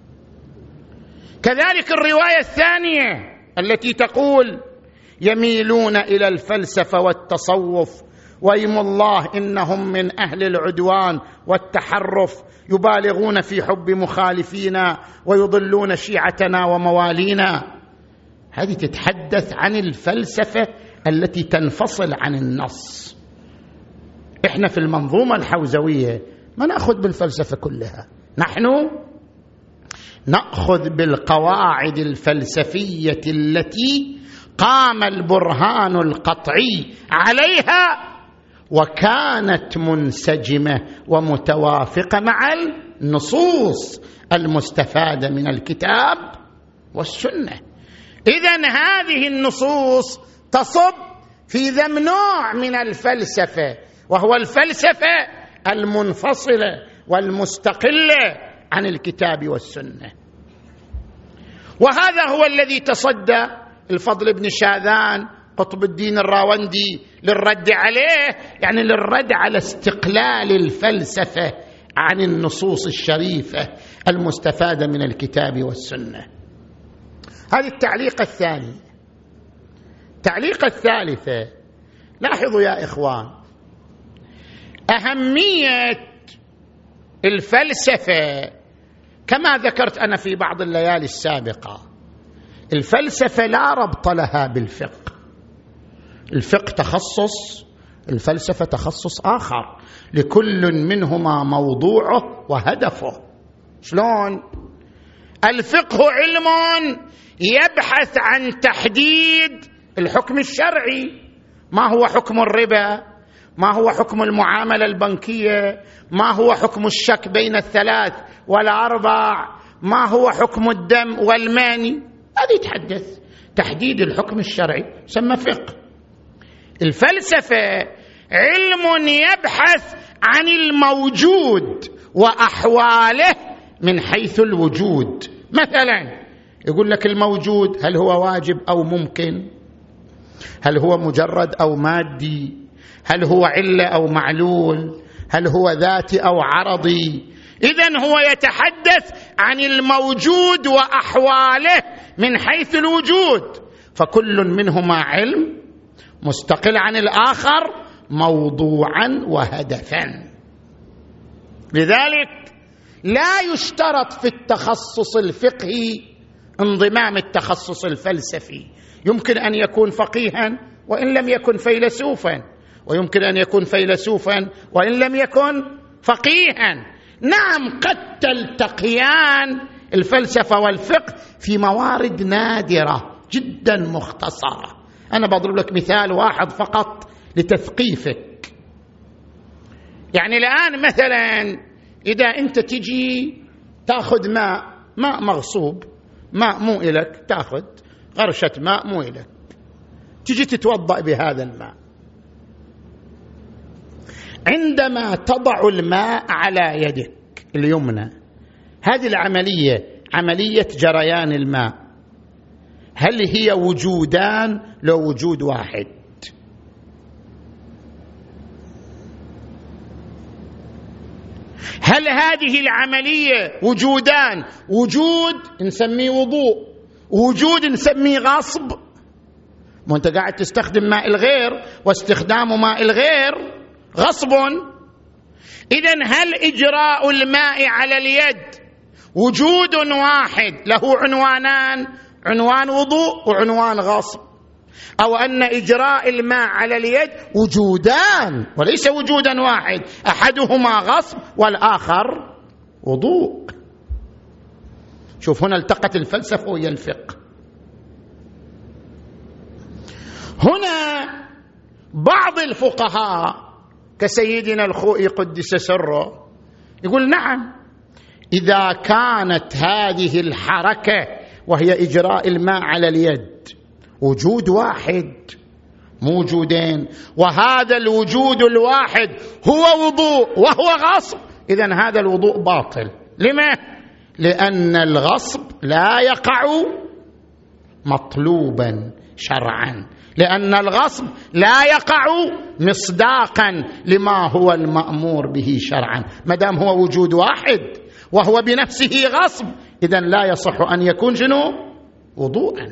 كذلك الرواية الثانية التي تقول يميلون إلى الفلسفة والتصوف ويم الله إنهم من أهل العدوان والتحرف، يبالغون في حب مخالفينا ويضلون شيعتنا وموالينا. هذه تتحدث عن الفلسفة التي تنفصل عن النص. إحنا في المنظومة الحوزوية ما نأخذ بالفلسفة كلها، نحن نأخذ بالقواعد الفلسفية التي قام البرهان القطعي عليها وكانت منسجمة ومتوافقة مع النصوص المستفادة من الكتاب والسنة. إذن هذه النصوص تصب في ذم نوع من الفلسفة، وهو الفلسفة المنفصلة والمستقلة عن الكتاب والسنة. وهذا هو الذي تصدى الفضل بن شاذان قطب الدين الراوندي للرد عليه، يعني للرد على استقلال الفلسفة عن النصوص الشريفة المستفادة من الكتاب والسنة. هذه التعليق الثاني. التعليق الثالثة، لاحظوا يا إخوان أهمية الفلسفة كما ذكرت أنا في بعض الليالي السابقة. الفلسفة لا ربط لها بالفقه، الفقه تخصص، الفلسفة تخصص آخر، لكل منهما موضوعه وهدفه. شلون؟ الفقه علم يبحث عن تحديد الحكم الشرعي، ما هو حكم الربا، ما هو حكم المعاملة البنكية، ما هو حكم الشك بين الثلاث والأربع، ما هو حكم الدم والماني. هذا يتحدث تحديد الحكم الشرعي، يسمى فقه. الفلسفة علم يبحث عن الموجود وأحواله من حيث الوجود. مثلا يقول لك الموجود هل هو واجب أو ممكن، هل هو مجرد أو مادي، هل هو علة أو معلول، هل هو ذاتي أو عرضي. إذن هو يتحدث عن الموجود وأحواله من حيث الوجود، فكل منهما علم مستقل عن الآخر موضوعا وهدفا. لذلك لا يشترط في التخصص الفقهي انضمام التخصص الفلسفي. يمكن أن يكون فقيها وإن لم يكن فيلسوفا، ويمكن أن يكون فيلسوفا وإن لم يكن فقيها. نعم قد تلتقيان الفلسفة والفقه في موارد نادرة جدا مختصرة. أنا بضرب لك مثال واحد فقط لتثقيفك. يعني الآن مثلا إذا أنت تجي تأخذ ماء ماء مغصوب، ماء مو إلك، تأخذ غرشة ماء مو إلك، تجي تتوضأ بهذا الماء. عندما تضع الماء على يدك اليمنى، هذه العملية عملية جريان الماء، هل هي وجودان لو وجود واحد؟ هل هذه العملية وجودان، وجود نسميه وضوء، وجود نسميه غصب؟ ما أنت قاعد تستخدم ماء الغير، واستخدام ماء الغير غصب. إذن هل إجراء الماء على اليد وجود واحد له عنوانان، عنوان وضوء وعنوان غصب، أو أن إجراء الماء على اليد وجودان وليس وجودا واحد، أحدهما غصب والآخر وضوء؟ شوف هنا التقت الفلسفة ويا الفقه. هنا بعض الفقهاء كسيدنا الخوئي قدس سره يقول نعم، إذا كانت هذه الحركة وهي إجراء الماء على اليد وجود واحد مو وجودين، وهذا الوجود الواحد هو وضوء وهو غصب، إذن هذا الوضوء باطل. لما؟ لأن الغصب لا يقع مطلوبا شرعا، لأن الغصب لا يقع مصداقا لما هو المأمور به شرعا. ما دام هو وجود واحد وهو بنفسه غصب، إذن لا يصح أن يكون شنو؟ وضوءا.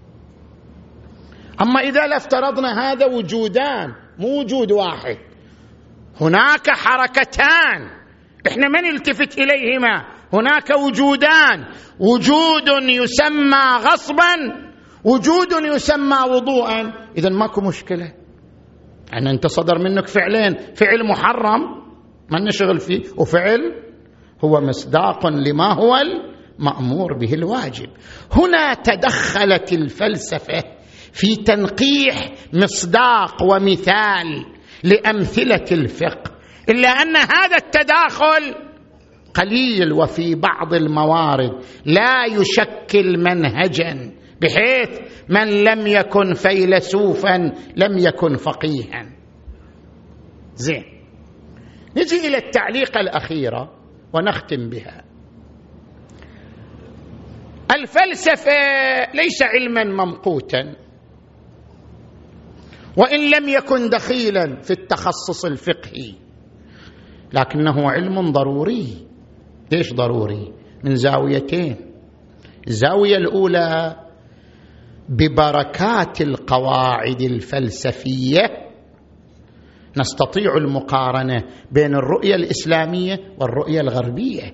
أما إذا لافترضنا هذا وجودان مو وجود واحد، هناك حركتان إحنا ما نلتفت إليهما، هناك وجودان، وجود يسمى غصبا وجود يسمى وضوءا، إذن ماكو مشكلة. يعني أنت صدر منك فعلين، فعل محرم ما نشغل فيه، وفعل هو مصداق لما هو المأمور به الواجب. هنا تدخلت الفلسفة في تنقيح مصداق ومثال لأمثلة الفقه، إلا أن هذا التداخل قليل وفي بعض الموارد لا يشكل منهجا، بحيث من لم يكن فيلسوفا لم يكن فقيها. زين، نجي إلى التعليق الأخيرة ونختم بها. الفلسفة ليس علما ممقوتا، وإن لم يكن دخيلا في التخصص الفقهي، لكنه علم ضروري. ليش ضروري؟ من زاويتين. الزاوية الأولى ببركات القواعد الفلسفية نستطيع المقارنة بين الرؤية الإسلامية والرؤية الغربية.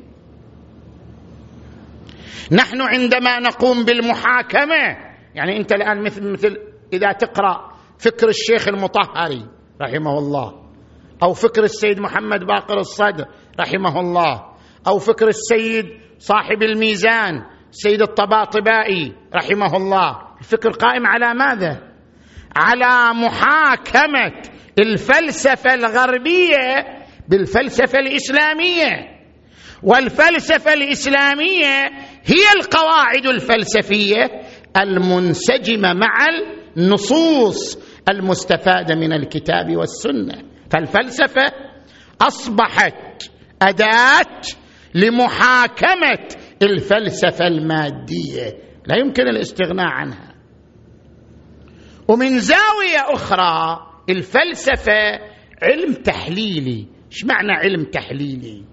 نحن عندما نقوم بالمحاكمة، يعني أنت الآن مثل, مثل إذا تقرأ فكر الشيخ المطهري رحمه الله، أو فكر السيد محمد باقر الصدر رحمه الله، أو فكر السيد صاحب الميزان السيد الطباطبائي رحمه الله، الفكر قائم على ماذا؟ على محاكمة الفلسفة الغربية بالفلسفة الإسلامية، والفلسفة الإسلامية هي القواعد الفلسفية المنسجمة مع النصوص المستفادة من الكتاب والسنة. فالفلسفة أصبحت أداة لمحاكمة الفلسفة المادية، لا يمكن الاستغناء عنها. ومن زاوية أخرى الفلسفة علم تحليلي. إيش معنى علم تحليلي؟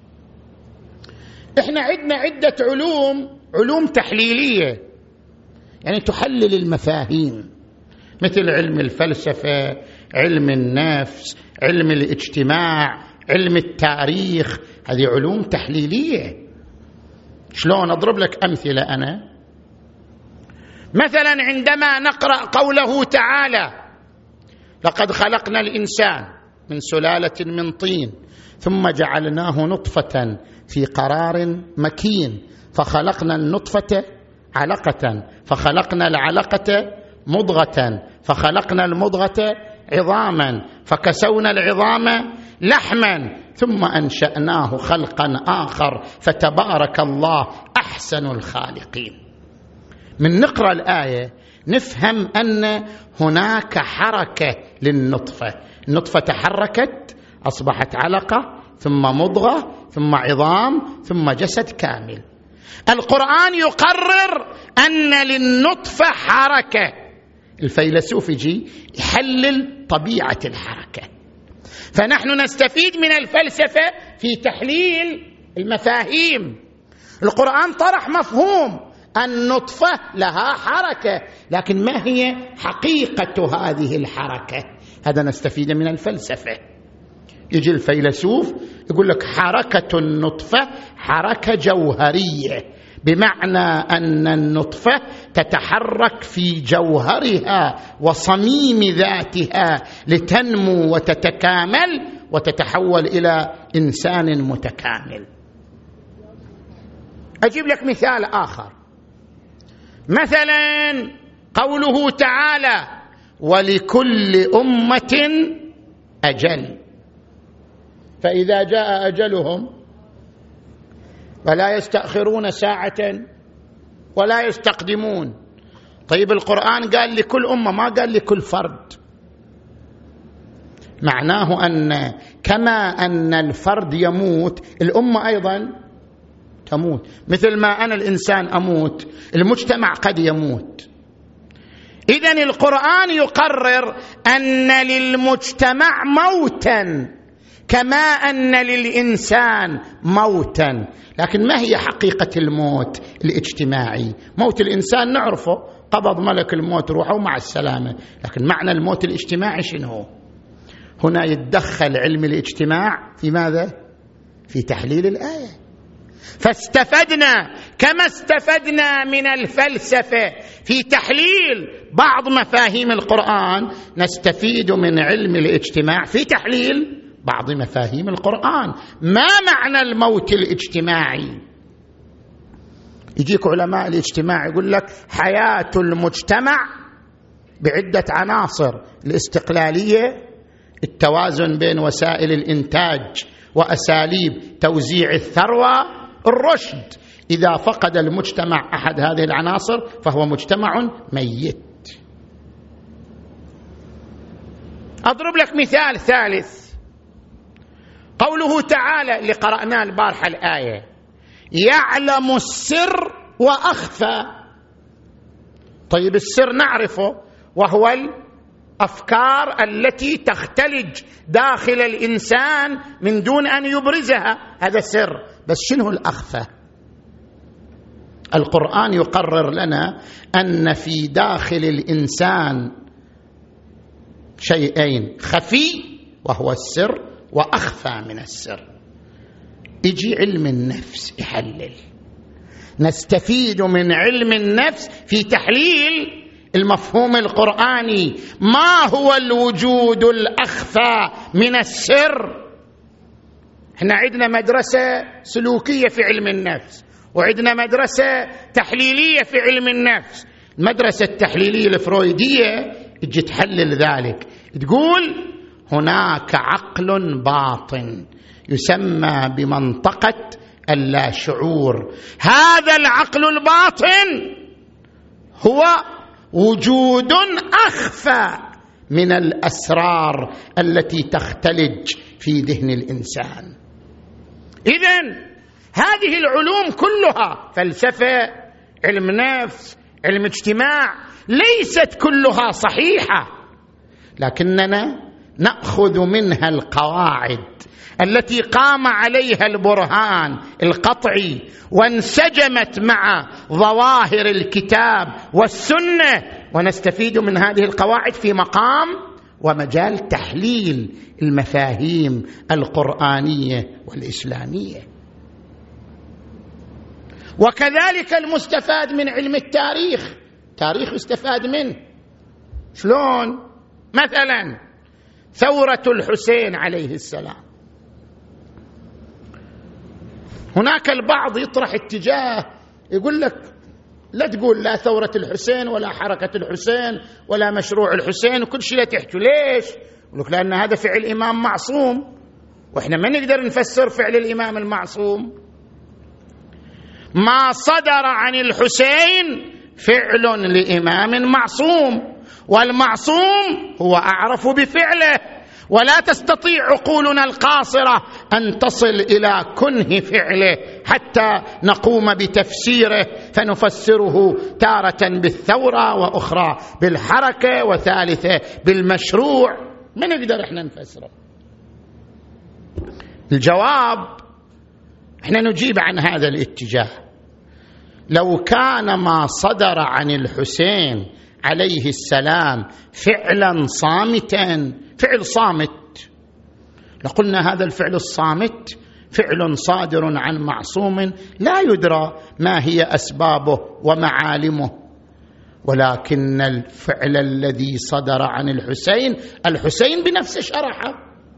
إحنا عندنا عدة علوم علوم تحليلية، يعني تحلل المفاهيم، مثل علم الفلسفة، علم النفس، علم الاجتماع، علم التاريخ، هذه علوم تحليلية. شلون؟ أضرب لك أمثلة. أنا مثلا عندما نقرأ قوله تعالى: لقد خلقنا الإنسان من سلالة من طين ثم جعلناه نطفة في قرار مكين فخلقنا النطفة علقة فخلقنا العلقة مضغة فخلقنا المضغة عظاما فكسونا العظام لحما ثم أنشأناه خلقا آخر فتبارك الله أحسن الخالقين. من نقرأ الآية نفهم أن هناك حركة للنطفة، النطفة تحركت أصبحت علقة ثم مضغة ثم عظام ثم جسد كامل. القرآن يقرر أن للنطفة حركة، الفيلسوف يجي يحلل طبيعة الحركة. فنحن نستفيد من الفلسفة في تحليل المفاهيم. القرآن طرح مفهوم النطفة لها حركة، لكن ما هي حقيقة هذه الحركة؟ هذا نستفيد من الفلسفة. يجي الفيلسوف يقول لك حركة النطفة حركة جوهرية، بمعنى أن النطفة تتحرك في جوهرها وصميم ذاتها لتنمو وتتكامل وتتحول إلى إنسان متكامل. أجيب لك مثال آخر، مثلا قوله تعالى: ولكل أمة أجل، فإذا جاء أجلهم فلا يستأخرون ساعة ولا يستقدمون. طيب القرآن قال لكل أمة، ما قال لكل فرد. معناه أن كما أن الفرد يموت، الأمة أيضا تموت. مثل ما أنا الإنسان أموت، المجتمع قد يموت. إذن القرآن يقرر أن للمجتمع موتا كما أن للإنسان موتا. لكن ما هي حقيقة الموت الاجتماعي؟ موت الإنسان نعرفه، قبض ملك الموت روحه مع السلامة. لكن معنى الموت الاجتماعي شنو؟ هنا يتدخل علم الاجتماع في ماذا؟ في تحليل الآية. فاستفدنا كما استفدنا من الفلسفة في تحليل بعض مفاهيم القرآن، نستفيد من علم الاجتماع في تحليل بعض مفاهيم القرآن. ما معنى الموت الاجتماعي؟ يجيك علماء الاجتماع يقول لك حياة المجتمع بعدة عناصر: الاستقلالية، التوازن بين وسائل الإنتاج وأساليب توزيع الثروة، الرشد. إذا فقد المجتمع أحد هذه العناصر فهو مجتمع ميت. أضرب لك مثال ثالث، قوله تعالى اللي قرأناه البارحة الآية: يعلم السر وأخفى. طيب السر نعرفه، وهو الأفكار التي تختلج داخل الإنسان من دون أن يبرزها، هذا سر. بس شنو الأخفى؟ القرآن يقرر لنا أن في داخل الإنسان شيئين: خفي وهو السر، وأخفى من السر. يجي علم النفس يحلل. نستفيد من علم النفس في تحليل المفهوم القرآني. ما هو الوجود الأخفى من السر؟ احنا عندنا مدرسة سلوكية في علم النفس، وعندنا مدرسة تحليلية في علم النفس. المدرسة التحليلية الفرويدية تجي تحلل ذلك، تقول هناك عقل باطن يسمى بمنطقة اللاشعور. هذا العقل الباطن هو وجود أخفى من الأسرار التي تختلج في ذهن الإنسان. إذن هذه العلوم كلها، فلسفة، علم نفس، علم اجتماع، ليست كلها صحيحة، لكننا نأخذ منها القواعد التي قام عليها البرهان القطعي وانسجمت مع ظواهر الكتاب والسنة، ونستفيد من هذه القواعد في مقام ومجال تحليل المفاهيم القرآنية والإسلامية. وكذلك المستفاد من علم التاريخ، تاريخ يستفاد منه. شلون؟ مثلا ثورة الحسين عليه السلام، هناك البعض يطرح اتجاه يقول لك لا تقول لا ثورة الحسين ولا حركة الحسين ولا مشروع الحسين وكل شيء لا تحكوا. ليش؟ يقول لك لأن هذا فعل إمام معصوم، وإحنا ما نقدر نفسر فعل الإمام المعصوم. ما صدر عن الحسين فعل لإمام معصوم، والمعصوم هو أعرف بفعله، ولا تستطيع عقولنا القاصرة أن تصل إلى كنه فعله حتى نقوم بتفسيره، فنفسره تارة بالثورة وأخرى بالحركة وثالثة بالمشروع. ما نقدر احنا نفسره. الجواب احنا نجيب عن هذا الاتجاه. لو كان ما صدر عن الحسين عليه السلام فعلا صامتا، فعل صامت لقلنا هذا الفعل الصامت فعل صادر عن معصوم لا يدرى ما هي أسبابه ومعالمه، ولكن الفعل الذي صدر عن الحسين، الحسين بنفسه شرحه،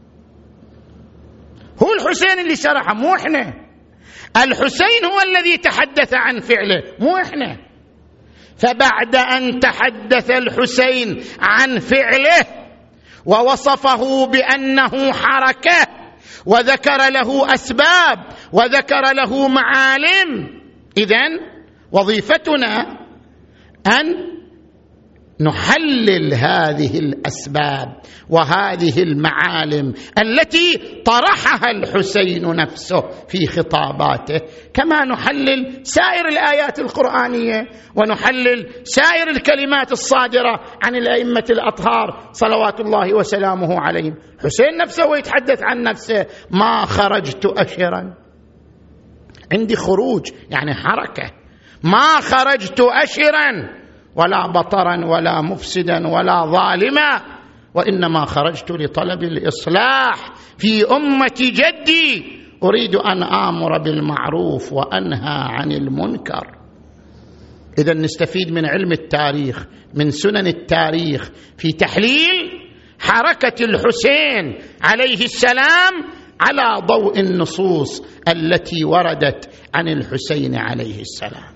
هو الحسين اللي شرحه مو إحنا. الحسين هو الذي تحدث عن فعله مو إحنا. فبعد أن تحدث الحسين عن فعله ووصفه بأنه حركة وذكر له أسباب وذكر له معالم، إذن وظيفتنا أن نحلل هذه الأسباب وهذه المعالم التي طرحها الحسين نفسه في خطاباته، كما نحلل سائر الآيات القرآنية ونحلل سائر الكلمات الصادرة عن الأئمة الأطهار صلوات الله وسلامه عليهم. حسين نفسه ويتحدث عن نفسه: ما خرجت أشرا، عندي خروج يعني حركة، ما خرجت أشرا ولا بطرا ولا مفسدا ولا ظالما، وإنما خرجت لطلب الإصلاح في أمة جدي، أريد أن آمر بالمعروف وأنهى عن المنكر. إذا نستفيد من علم التاريخ، من سنن التاريخ، في تحليل حركة الحسين عليه السلام على ضوء النصوص التي وردت عن الحسين عليه السلام.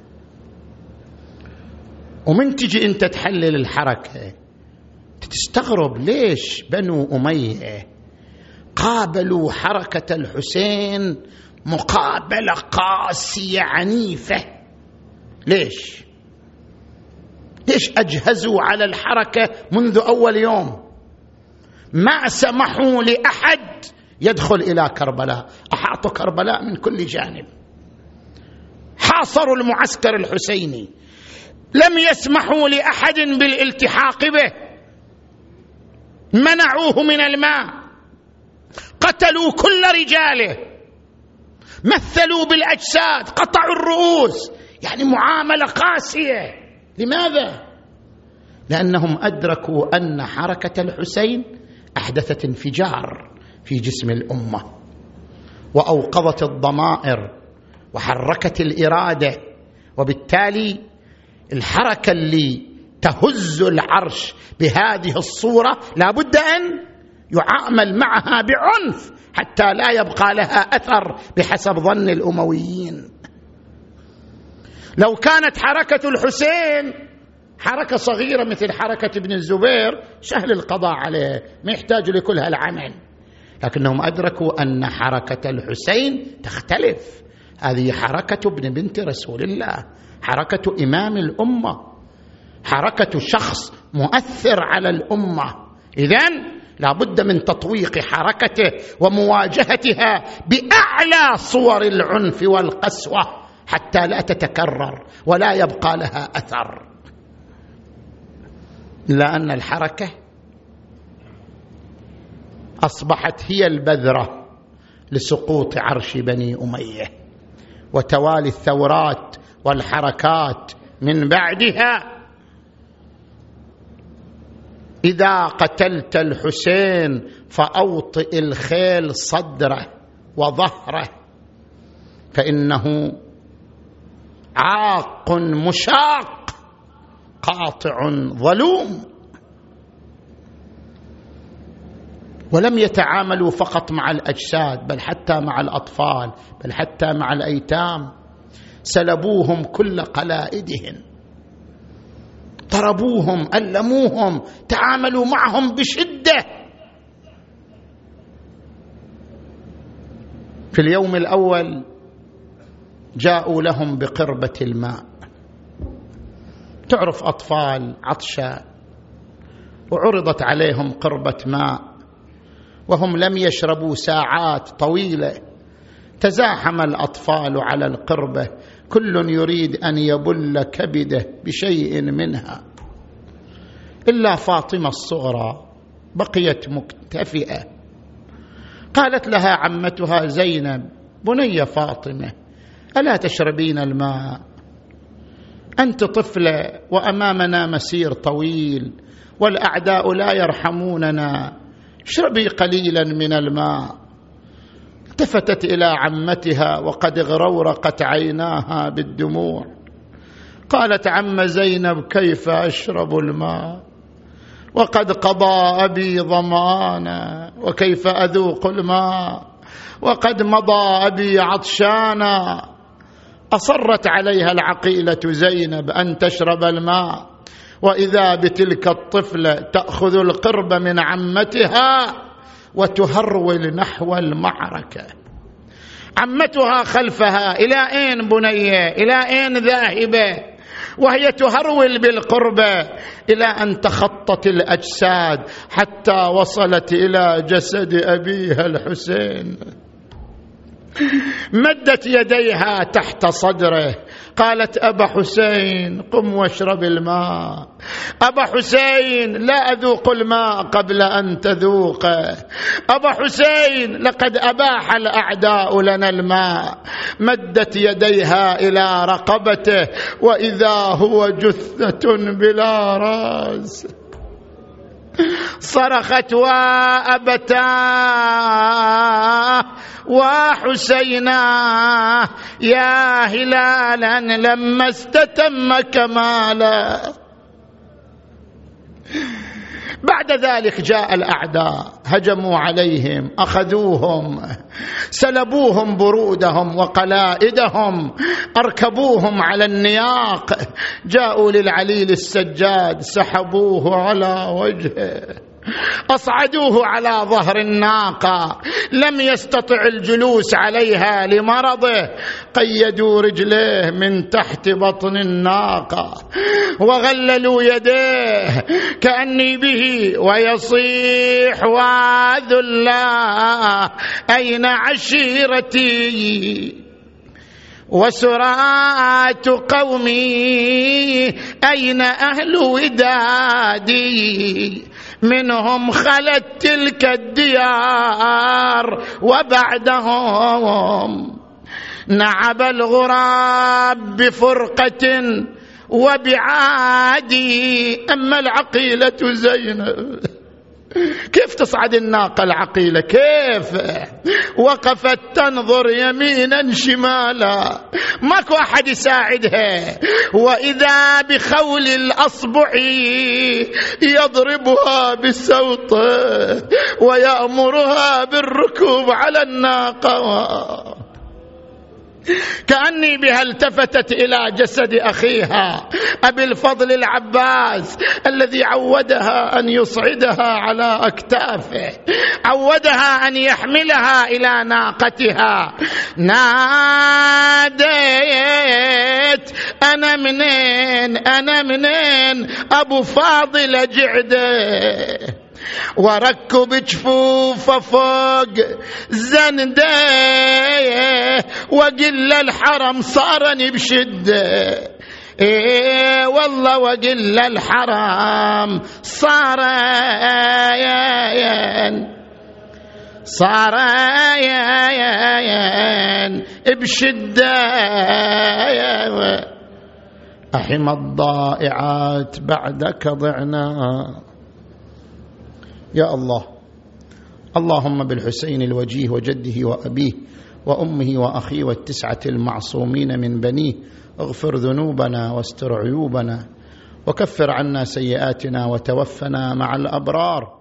ومن تجي أنت تحلل الحركة تستغرب ليش بنو أمية قابلوا حركة الحسين مقابلة قاسية عنيفة. ليش؟ ليش أجهزوا على الحركة منذ أول يوم؟ ما سمحوا لأحد يدخل إلى كربلاء، أحاطوا كربلاء من كل جانب، حاصروا المعسكر الحسيني، لم يسمحوا لأحد بالالتحاق به، منعوه من الماء، قتلوا كل رجاله، مثلوا بالأجساد، قطعوا الرؤوس، يعني معاملة قاسية. لماذا؟ لأنهم أدركوا أن حركة الحسين أحدثت انفجار في جسم الأمة وأوقظت الضمائر وحركت الإرادة، وبالتالي الحركة اللي تهز العرش بهذه الصورة لا بد أن يعامل معها بعنف حتى لا يبقى لها أثر بحسب ظن الأمويين. لو كانت حركة الحسين حركة صغيرة مثل حركة ابن الزبير سهل القضاء عليه، ما يحتاج لكل هالعمل، لكنهم أدركوا أن حركة الحسين تختلف. هذه حركة ابن بنت رسول الله، حركة إمام الأمة، حركة شخص مؤثر على الأمة. إذن لا بد من تطويق حركته ومواجهتها بأعلى صور العنف والقسوة حتى لا تتكرر ولا يبقى لها أثر. لأن الحركة أصبحت هي البذرة لسقوط عرش بني أمية وتوالي الثورات والحركات من بعدها. إذا قتلت الحسين فأوطئ الخيل صدره وظهره، فإنه عاق مشاق قاطع ظلوم. ولم يتعاملوا فقط مع الأجساد بل حتى مع الأطفال، بل حتى مع الأيتام، سلبوهم كل قلائدهم، ضربوهم، ألموهم، تعاملوا معهم بشدة. في اليوم الأول جاءوا لهم بقربة الماء، تعرف أطفال عطشا، وعرضت عليهم قربة ماء وهم لم يشربوا ساعات طويلة، تزاحم الأطفال على القربة، كل يريد أن يبل كبده بشيء منها، إلا فاطمة الصغرى بقيت مكتفئة. قالت لها عمتها زينب: بني فاطمة، ألا تشربين الماء؟ أنت طفلة وأمامنا مسير طويل والأعداء لا يرحموننا، اشربي قليلا من الماء. التفتت إلى عمتها وقد اغرورقت عيناها بالدموع، قالت: عم زينب، كيف أشرب الماء وقد قضى أبي ظمآنا، وكيف أذوق الماء وقد مضى أبي عطشانا. أصرت عليها العقيلة زينب أن تشرب الماء، وإذا بتلك الطفلة تأخذ القرب من عمتها وتهرول نحو المعركة. عمتها خلفها: إلى أين بنية؟ إلى أين ذاهبة؟ وهي تهرول بالقربة إلى أن تخطت الأجساد حتى وصلت إلى جسد أبيها الحسين. مدت يديها تحت صدره، قالت: أبا حسين، قم واشرب الماء. أبا حسين، لا أذوق الماء قبل أن تذوقه. أبا حسين، لقد أباح الأعداء لنا الماء. مدت يديها إلى رقبته وإذا هو جثة بلا رأس. صرخت: وأبتاه وحسينا يا هلالا لما استتم كمالا. بعد ذلك جاء الأعداء، هجموا عليهم، أخذوهم، سلبوهم برودهم وقلائدهم، أركبوهم على النياق، جاءوا للعليل السجاد، سحبوه على وجهه، أصعدوه على ظهر الناقة، لم يستطع الجلوس عليها لمرضه، قيدوا رجليه من تحت بطن الناقة وغللوا يديه كأني به، ويصيح: وذلا أين عشيرتي وسرات قومي، أين أهل ودادي، منهم خلت تلك الديار وبعدهم نعب الغراب بفرقة وبعادي. أما العقيلة زينب، كيف تصعد الناقة العقيلة؟ كيف وقفت تنظر يمينا شمالا، ماكو أحد يساعدها، وإذا بخول الأصبع يضربها بالسوط ويأمرها بالركوب على الناقة. كأني بها التفتت إلى جسد أخيها أبي الفضل العباس الذي عودها أن يصعدها على أكتافه، عودها أن يحملها إلى ناقتها. ناديت: أنا منين أنا منين أبو فاضل جعده، وركب جفوفه فوق زنديه، وقل الحرم صارني بشده. إيه والله وقل الحرم صارين صارين بشده. أحم الضائعات بعدك ضعنا. يا الله، اللهم بالحسين الوجيه وجده وأبيه وأمه وأخيه والتسعة المعصومين من بنيه اغفر ذنوبنا واستر عيوبنا وكفر عنا سيئاتنا وتوفنا مع الأبرار.